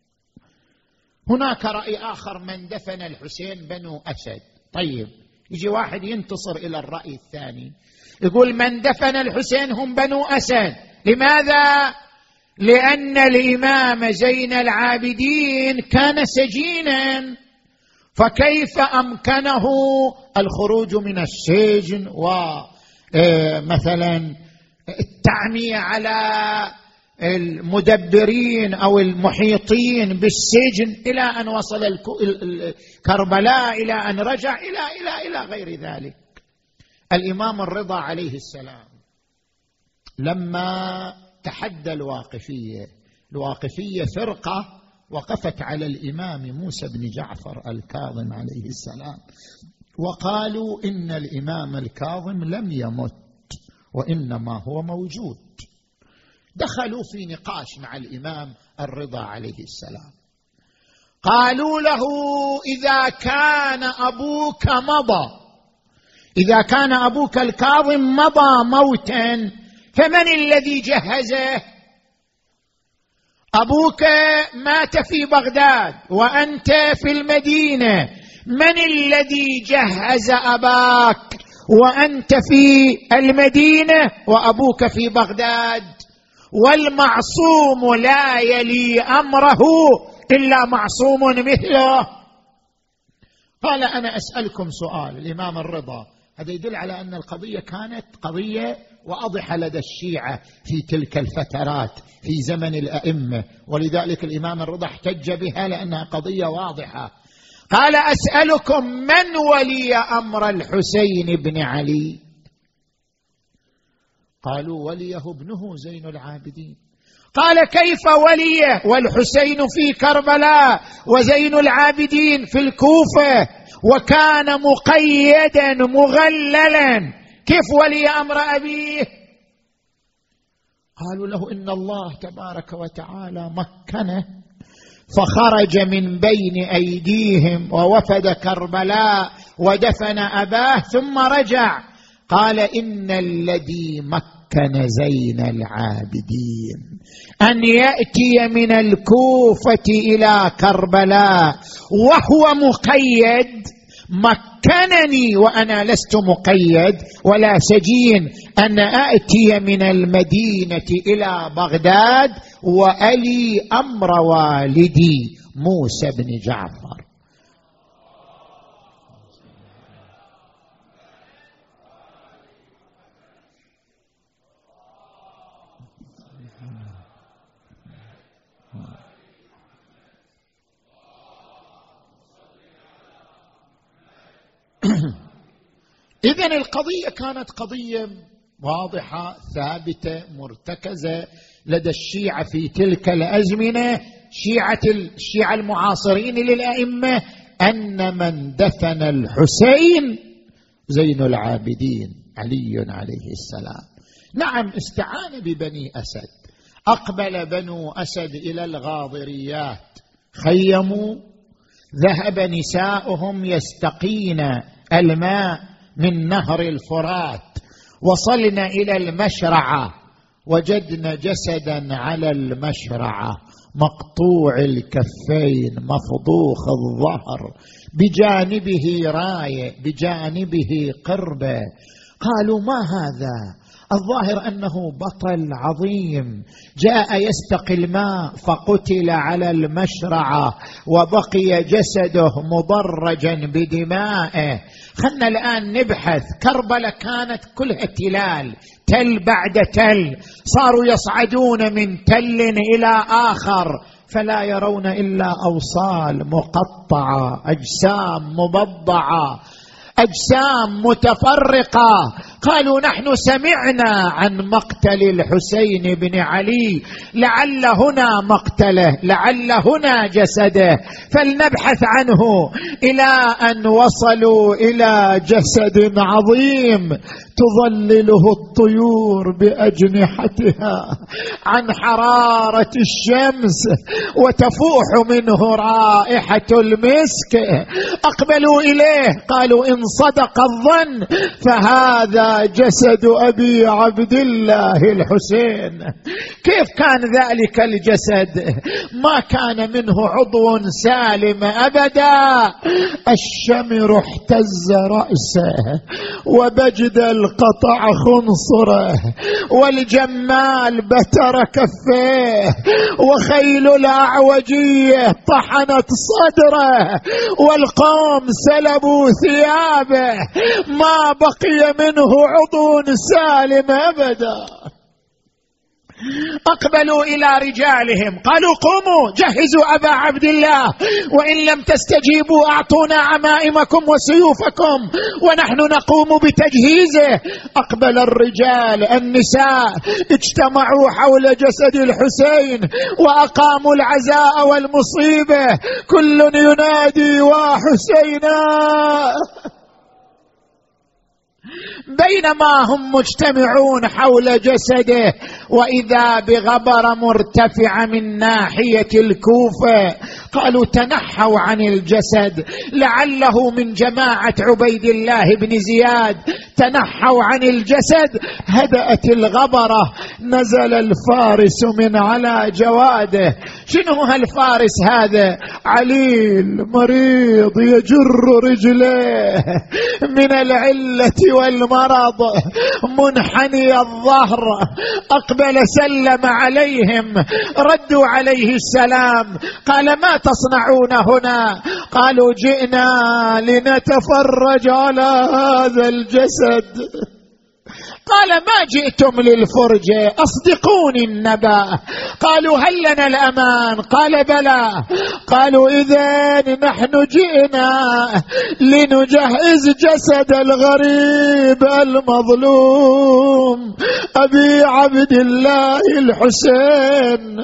هناك رأي آخر من دفن الحسين بنو أسد. طيب يجي واحد ينتصر إلى الرأي الثاني يقول من دفن الحسين هم بنو أسد. لماذا؟ لأن الإمام زين العابدين كان سجينا، فكيف أمكنه الخروج من السجن ومثلا التعمية على المدبرين أو المحيطين بالسجن إلى أن وصل كربلاء، إلى أن رجع إلى إلى إلى غير ذلك. الإمام الرضا عليه السلام لما تحدى الواقفية، الواقفية فرقة وقفت على الإمام موسى بن جعفر الكاظم عليه السلام وقالوا إن الإمام الكاظم لم يمت وإنما هو موجود. دخلوا في نقاش مع الإمام الرضا عليه السلام، قالوا له إذا كان أبوك مضى، إذا كان أبوك الكاظم مضى موتا فمن الذي جهزه؟ أبوك مات في بغداد وأنت في المدينة، من الذي جهز أباك وأنت في المدينة وأبوك في بغداد؟ والمعصوم لا يلي أمره إلا معصوم مثله. قال أنا أسألكم سؤال الإمام الرضا. هذا يدل على أن القضية كانت قضية واضحة لدى الشيعة في تلك الفترات في زمن الأئمة، ولذلك الإمام الرضا احتج بها لأنها قضية واضحة. قال أسألكم من ولي أمر الحسين بن علي؟ قالوا وليه ابنه زين العابدين. قال كيف وليه والحسين في كربلاء وزين العابدين في الكوفة وكان مقيدا مغللا، كيف ولي أمر أبيه؟ قالوا له إن الله تبارك وتعالى مكنه فخرج من بين أيديهم ووفد كربلاء ودفن أباه ثم رجع. قال إن الذي مكن زين العابدين أن يأتي من الكوفة إلى كربلاء وهو مقيد، مكنني وأنا لست مقيد ولا سجين أن أأتي من المدينة إلى بغداد وألي أمر والدي موسى بن جعفر. إذن القضية كانت قضية واضحة ثابتة مرتكزة لدى الشيعة في تلك الأزمنة، شيعة الشيعة المعاصرين للأئمة، أن من دفن الحسين زين العابدين علي عليه السلام. نعم استعان ببني أسد، أقبل بنو أسد إلى الغاضريات، خيموا، ذهب نساؤهم يستقين الماء من نهر الفرات، وصلنا إلى المشرعة وجدنا جسدا على المشرعة مقطوع الكفين مفضوخ الظهر، بجانبه راية بجانبه قربة. قالوا ما هذا؟ الظاهر أنه بطل عظيم جاء يستقي الماء فقتل على المشرعة وبقي جسده مضرجا بدمائه. خلنا الآن نبحث. كربلاء كانت كلها تلال، تل بعد تل، صاروا يصعدون من تل إلى آخر فلا يرون إلا أوصال مقطعة، أجسام مبضعة، أجسام متفرقة. قالوا نحن سمعنا عن مقتل الحسين بن علي، لعل هنا مقتله، لعل هنا جسده، فلنبحث عنه، إلى أن وصلوا إلى جسد عظيم تظلله الطيور بأجنحتها عن حرارة الشمس وتفوح منه رائحة المسك. أقبلوا إليه قالوا إن صدق الظن فهذا جسد أبي عبد الله الحسين. كيف كان ذلك الجسد؟ ما كان منه عضو سالم أبدا. الشمر احتز رأسه وبجد القطع خنصره والجمال بتر كفيه وخيل الأعوجية طحنت صدره والقوم سلبوا ثيابه، ما بقي منه عضو سالم أبدا. أقبلوا إلى رجالهم قالوا قوموا جهزوا أبا عبد الله، وإن لم تستجيبوا أعطونا عمائمكم وسيوفكم ونحن نقوم بتجهيزه. أقبل الرجال، النساء اجتمعوا حول جسد الحسين وأقاموا العزاء والمصيبة، كل ينادي وحسينا. بينما هم مجتمعون حول جسده وإذا بغبر مرتفع من ناحية الكوفة. قالوا تنحوا عن الجسد، لعله من جماعة عبيد الله بن زياد. تنحوا عن الجسد، هدأت الغبرة، نزل الفارس من على جواده. شنو هالفارس هذا؟ عليل مريض يجر رجليه من العلة والمرض، منحني الظهر. أقبل سلم عليهم، ردوا عليه السلام. قال ما تصنعون هنا؟ قالوا جئنا لنتفرج على هذا الجسد. قال ما جئتم للفرجة، أصدقوني النبأ. قالوا هل لنا الأمان؟ قال بلى. قالوا إذن نحن جئنا لنجهز جسد الغريب المظلوم أبي عبد الله الحسين.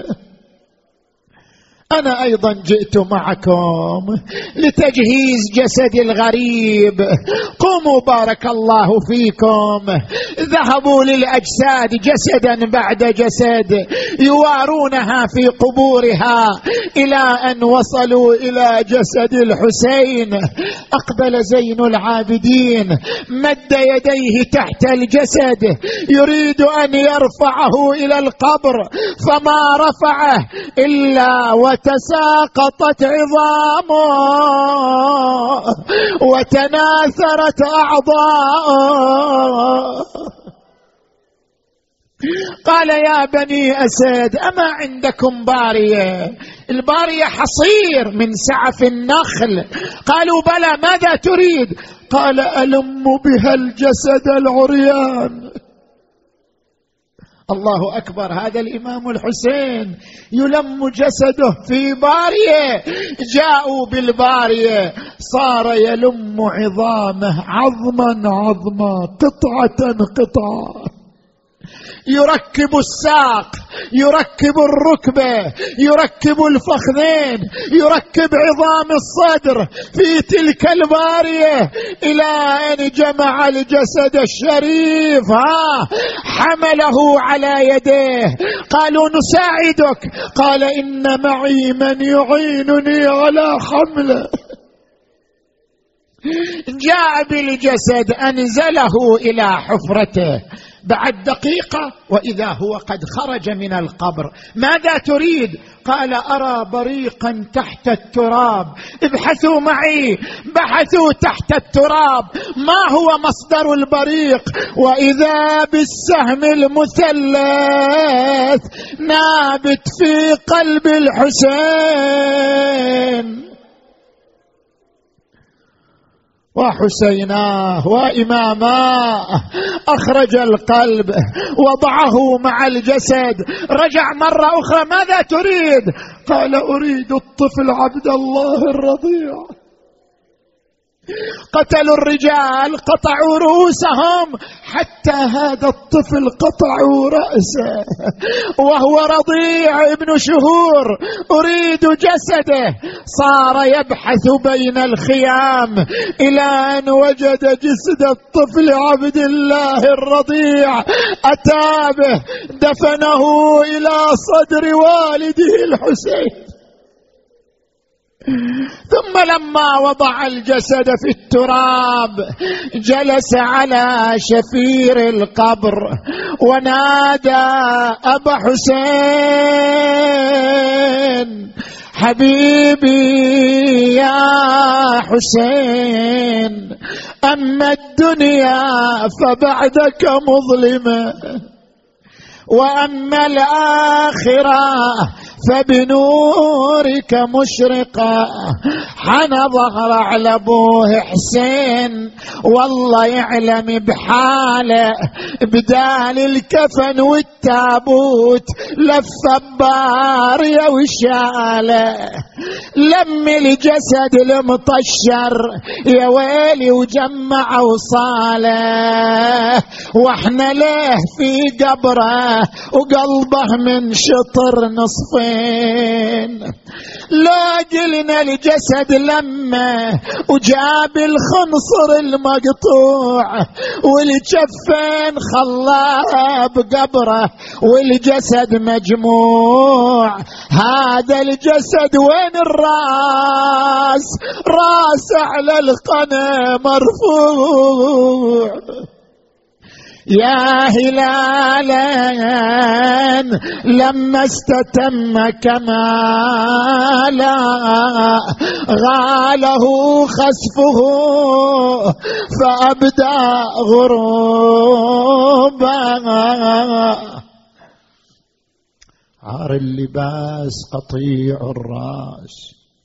أنا أيضا جئت معكم لتجهيز جسد الغريب. قوموا بارك الله فيكم. ذهبوا للأجساد جسدا بعد جسد يوارونها في قبورها إلى أن وصلوا إلى جسد الحسين. أقبل زين العابدين مد يديه تحت الجسد يريد أن يرفعه إلى القبر، فما رفعه إلا وتساقطت عظامه وتناثرت أعضاؤه. قال يا بني أسد أما عندكم بارية؟ البارية حصير من سعف النخل. قالوا بلى، ماذا تريد؟ قال ألم بها الجسد العريان. الله أكبر، هذا الإمام الحسين يلم جسده في بارية. جاءوا بالبارية، صار يلم عظامه عظما عظما، قطعة قطعة. يركب الساق، يركب الركبة، يركب الفخذين، يركب عظام الصدر في تلك البارية إلى أن جمع الجسد الشريف. ها حمله على يديه. قالوا نساعدك. قال إن معي من يعينني على حمله. جاء بالجسد أنزله إلى حفرته، بعد دقيقة وإذا هو قد خرج من القبر. ماذا تريد؟ قال أرى بريقا تحت التراب. ابحثوا معي. بحثوا تحت التراب ما هو مصدر البريق، وإذا بالسهم المثلث نابت في قلب الحسين وحسيناه وإماماه. أخرج القلب وضعه مع الجسد. رجع مرة أخرى. ماذا تريد؟ قال أريد الطفل عبد الله الرضيع. قتلوا الرجال، قطعوا رؤوسهم، حتى هذا الطفل قطعوا رأسه وهو رضيع ابن شهور. أريد جسده. صار يبحث بين الخيام إلى أن وجد جسد الطفل عبد الله الرضيع. أتى به، دفنه إلى صدر والده الحسين. ثم لما وضع الجسد في التراب جلس على شفير القبر ونادى أبا حسين حبيبي يا حسين، أما الدنيا فبعدك مظلمة، وأما الآخرة فبنورك مشرقة. حنى ظهر على ابوه حسين، والله يعلم بحاله، بدال الكفن والتابوت لف باريه وشاله. لم الجسد المطشر يا ويلي وجمع وصاله، واحنا له في قبره وقلبه من شطر نصفين. لا قلنا الجسد لما وجاب الخنصر المقطوع والجفين خلاه بقبره والجسد مجموع. هذا الجسد وين الراس؟ راس على القنا مرفوع. يا هلالا لما استتم كمالا غاله خسفه فأبدى غروبا. عار اللباس قطيع الراس.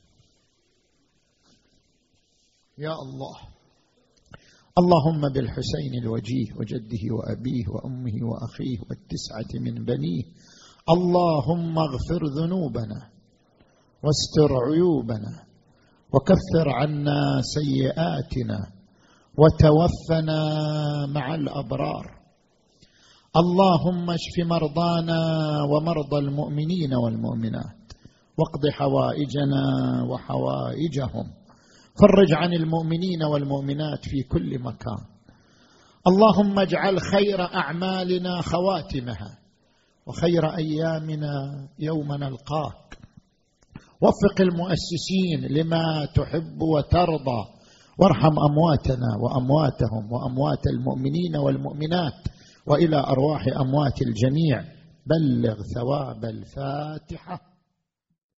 يا الله، اللهم بالحسين الوجيه وجده وأبيه وأمه وأخيه والتسعة من بنيه، اللهم اغفر ذنوبنا واستر عيوبنا وكفر عنا سيئاتنا وتوفنا مع الأبرار. اللهم اشف مرضانا ومرضى المؤمنين والمؤمنات واقض حوائجنا وحوائجهم، فرج عن المؤمنين والمؤمنات في كل مكان. اللهم اجعل خير أعمالنا خواتمها وخير أيامنا يوم نلقاك. وفق المؤسسين لما تحب وترضى، وارحم أمواتنا وأمواتهم وأموات المؤمنين والمؤمنات، وإلى أرواح أموات الجميع بلغ ثواب الفاتحة.